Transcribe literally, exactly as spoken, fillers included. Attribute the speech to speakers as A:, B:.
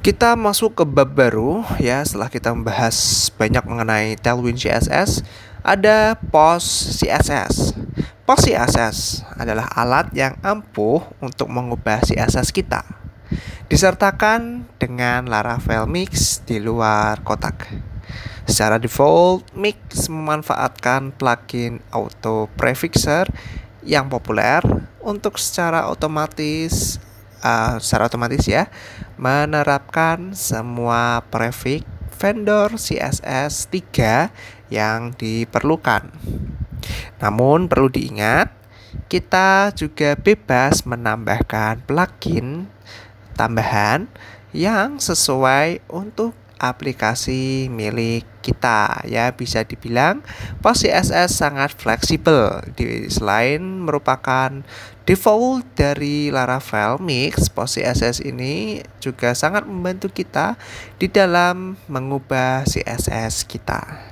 A: Kita masuk ke bab baru ya setelah kita membahas banyak mengenai Tailwind C S S. Ada Post C S S. Post C S S adalah alat yang ampuh untuk mengubah C S S kita, disertakan dengan Laravel Mix di luar kotak. Secara default, Mix memanfaatkan plugin Auto Prefixer yang populer untuk secara otomatis uh, secara otomatis ya menerapkan semua prefix vendor C S S tiga yang diperlukan. Namun perlu diingat, kita juga bebas menambahkan plugin tambahan yang sesuai untuk aplikasi milik kita ya. Bisa dibilang Post C S S sangat fleksibel. Di, selain merupakan default dari Laravel Mix, Post C S S ini juga sangat membantu kita di dalam mengubah C S S kita.